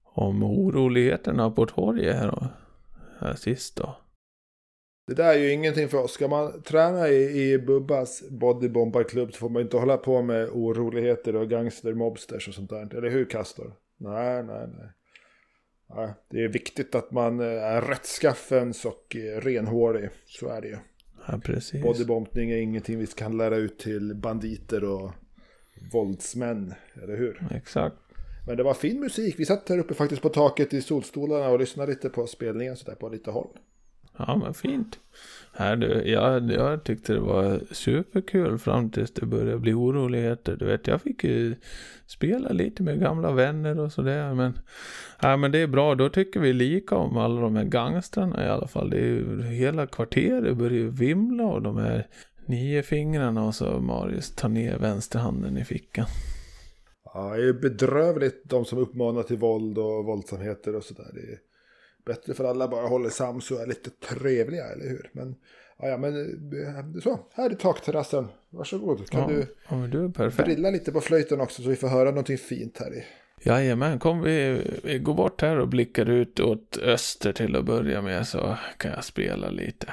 om oroligheterna på torget här, då, här sist då. Det där är ju ingenting för oss. Ska man träna i, i Bubbas bodybombarklubb så får man inte hålla på med oroligheter och gangster, mobsters och sånt där. Eller hur, Castor? Nej, nej, nej. nej. Det är viktigt att man är rättskaffens och renhårig. Så är det ju. Ja, precis. Bodybombning är ingenting vi kan lära ut till banditer och våldsmän, eller hur? Exakt. Men det var fin musik. Vi satt här uppe faktiskt på taket i solstolarna och lyssnade lite på spelningen så där på lite håll. Ja, men fint. Här du, jag, jag tyckte det var superkul fram tills det började bli oroligheter. Du vet, jag fick ju spela lite med gamla vänner och sådär. Men, ja, men det är bra, då tycker vi lika om alla de här gangstrarna i alla fall. Det är ju, hela kvarteret börjar ju vimla och de här nio fingrarna och så Marius tar ner vänsterhanden i fickan. Ja, det är bedrövligt de som uppmanar till våld och våldsamheter och sådär. Det är bättre för alla bara håller sams och är lite trevliga, eller hur? Men, ja, men så, här är takterrassen. Varsågod. Kan ja, du, ja, men du är perfekt. Drilla lite på flöjten också så vi får höra någonting fint här i. Jajamän, kom vi, vi går bort här och blickar ut åt öster till att börja med så kan jag spela lite.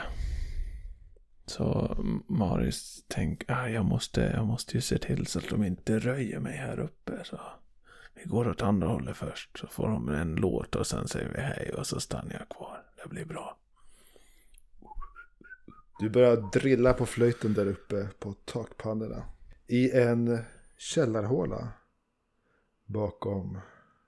Så Marius tänker, ah, jag, måste, jag måste ju se till så att de inte röjer mig här uppe. Så vi går åt andra hållet först så får de en låt och sen säger vi hej och så stannar jag kvar. Det blir bra. Du börjar drilla på flöjten där uppe på takpannorna. I en källarhåla bakom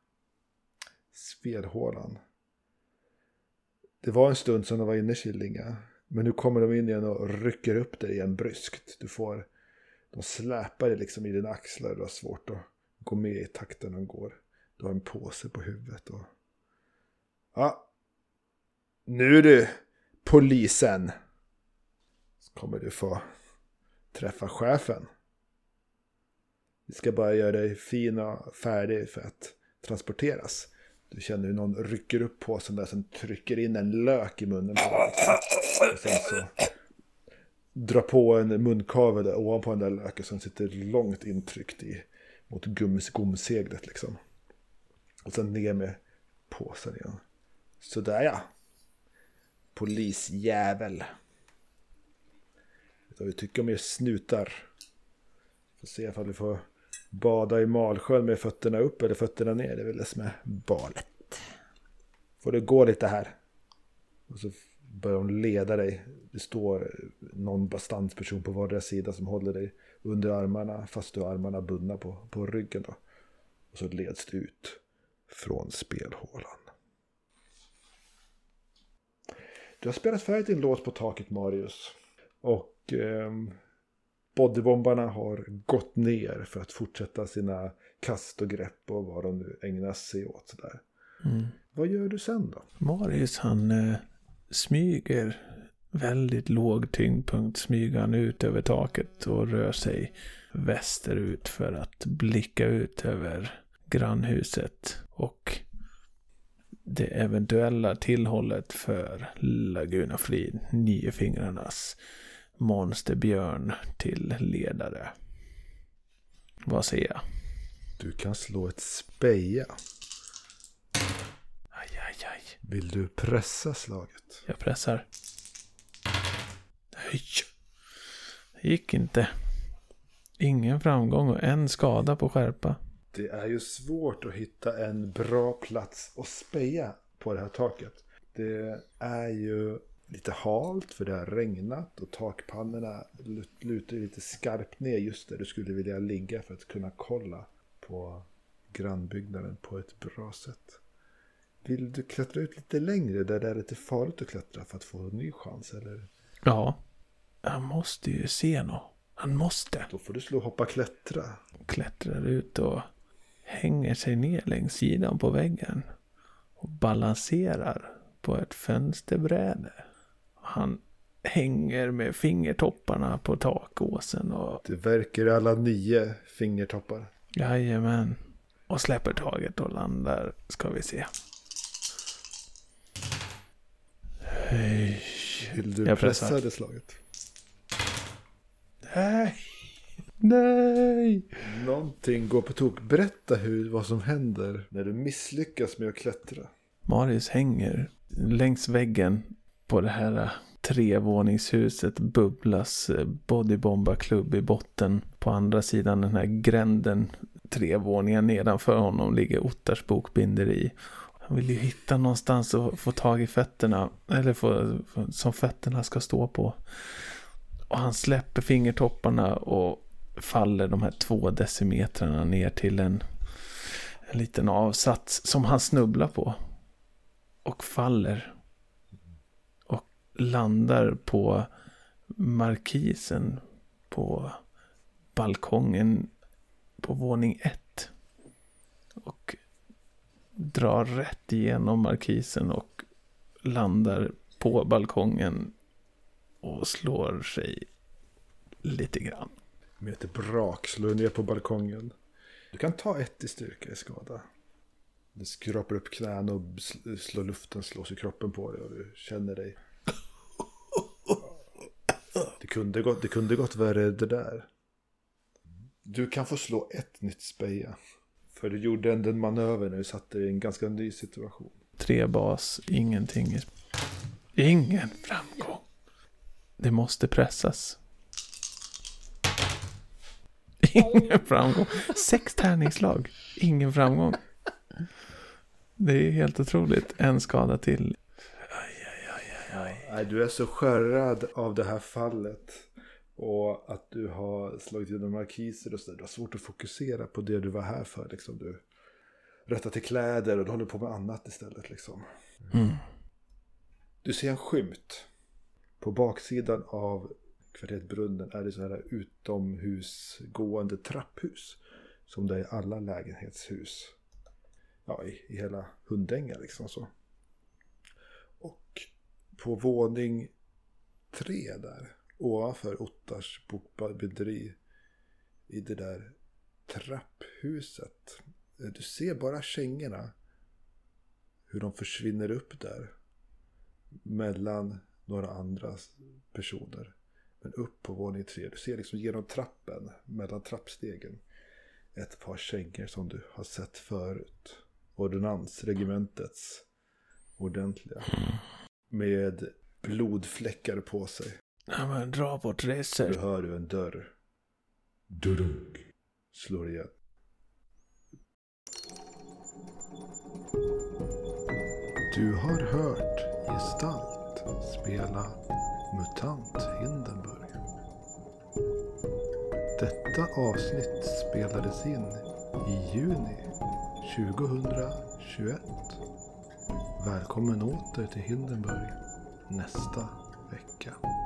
spelhålan. Det var en stund som de var inne i Killinga. Men nu kommer de in igen och rycker upp dig igen bryskt. Du får, de släpar dig liksom i dina axlar. Du har svårt att gå med i takten de går. Du har en påse på huvudet. Och... Ja, nu är du polisen. Så kommer du få träffa chefen. Vi ska bara göra dig fin och färdig för att transporteras. Du känner hur någon rycker upp påsen där, sen trycker in en lök i munnen på dig. Och sen så drar på en munkavel där, ovanpå den där löken som sitter långt intryckt i, mot gums, gomseglet liksom. Och sen ner med påsen igen. Sådär ja. Polisjävel. Vet du vad vi tycker om er snutar? Får se ifall vi får bada i Malsjön med fötterna upp eller fötterna ner. Det är väl det som är balet. Får du gå lite här. Och så börjar hon leda dig. Det står någon bastant person på vardera sida som håller dig under armarna. Fast du har armarna bundna på, på ryggen då. Och så leds du ut från spelhålan. Du har spelat färdigt din låt på taket, Marius. Och... Eh, bodybombarna har gått ner för att fortsätta sina kast och grepp och vad de nu ägnar sig åt. Sådär. Mm. Vad gör du sen då? Marius han eh, smyger väldigt låg tyngdpunkt, smyger han ut över taket och rör sig västerut för att blicka ut över grannhuset och det eventuella tillhållet för Laguna Frid, Niofingrarnas monsterbjörn till ledare. Vad säger jag? Du kan slå ett speja. Aj, aj, aj. Vill du pressa slaget? Jag pressar. Nej. Det gick inte. Ingen framgång och en skada på skärpa. Det är ju svårt att hitta en bra plats att speja på det här taket. Det är ju lite halt för det har regnat och takpannorna lutar lite skarpt ner just där du skulle vilja ligga för att kunna kolla på grannbyggnaden på ett bra sätt. Vill du klättra ut lite längre där det är lite farligt att klättra för att få en ny chans eller? Ja, han måste ju se något. Han måste. Då får du slå hoppa klättra. Klättrar ut och hänger sig ner längs sidan på väggen och balanserar på ett fönsterbräde. Han hänger med fingertopparna på takåsen och... Det verkar alla nio fingertoppar. Jajamän. Och släpper taget och landar, ska vi se. Vill du Jag pressa pressar. det slaget? Nej. Nej! Någonting går på tok. Berätta hur, vad som händer när du misslyckas med att klättra. Marius hänger längs väggen på det här trevåningshuset. Bubblas bodybomba-klubb i botten. På andra sidan den här gränden, tre våningar nedanför honom, ligger Ottars bokbinderi. Han vill ju hitta någonstans att få tag i fötterna. Eller få, som fötterna ska stå på. Och han släpper fingertopparna och faller de här två decimetrarna ner till en, en liten avsats som han snubblar på. Och faller. Och landar på markisen på balkongen på våning ett. Och drar rätt igenom markisen och landar på balkongen och slår sig lite grann. Med ett brak slår du ner på balkongen. Du kan ta ett i styrka i skada. Du skrapar upp knän och slår luften, slås i kroppen på dig och du känner dig. Det kunde gått, det kunde gått värre det där. Du kan få slå ett nytt speja. För du gjorde en manöver när du satte dig i en ganska ny situation. Tre bas, ingenting. Ingen framgång. Det måste pressas. Ingen framgång. Sex tärningslag. Ingen framgång. Det är helt otroligt. En skada till. Aj, aj, aj, aj. Nej, du är så skärrad av det här fallet. Och att du har slagit genom markiser och så. Du har svårt att fokusera på det du var här för. Liksom. Du rättar till kläder och du håller på med annat istället. Liksom. Mm. Du ser en skymt. På baksidan av kvarteret Brunnen är det så här utomhusgående trapphus. Som det är i alla lägenhetshus. Ja, i, i hela Hundänga liksom så. Och på våning tre där. Ovanför Ottars bokbinderi. I det där trapphuset. Du ser bara kängorna. Hur de försvinner upp där. Mellan några andra personer. Men upp på våning tre. Du ser liksom genom trappen. Mellan trappstegen. Ett par kängor som du har sett förut. Ordonnansregimentets ordentliga. Med blodfläckar på sig. Ja, men dra bort reser. Du hör du en dörr. Dudunk. Slår igen. Du har hört Gestalt spela Mutant Hindenburg. Detta avsnitt spelades in i juni tjugohundratjugoett. Välkommen åter till Hindenburg nästa vecka.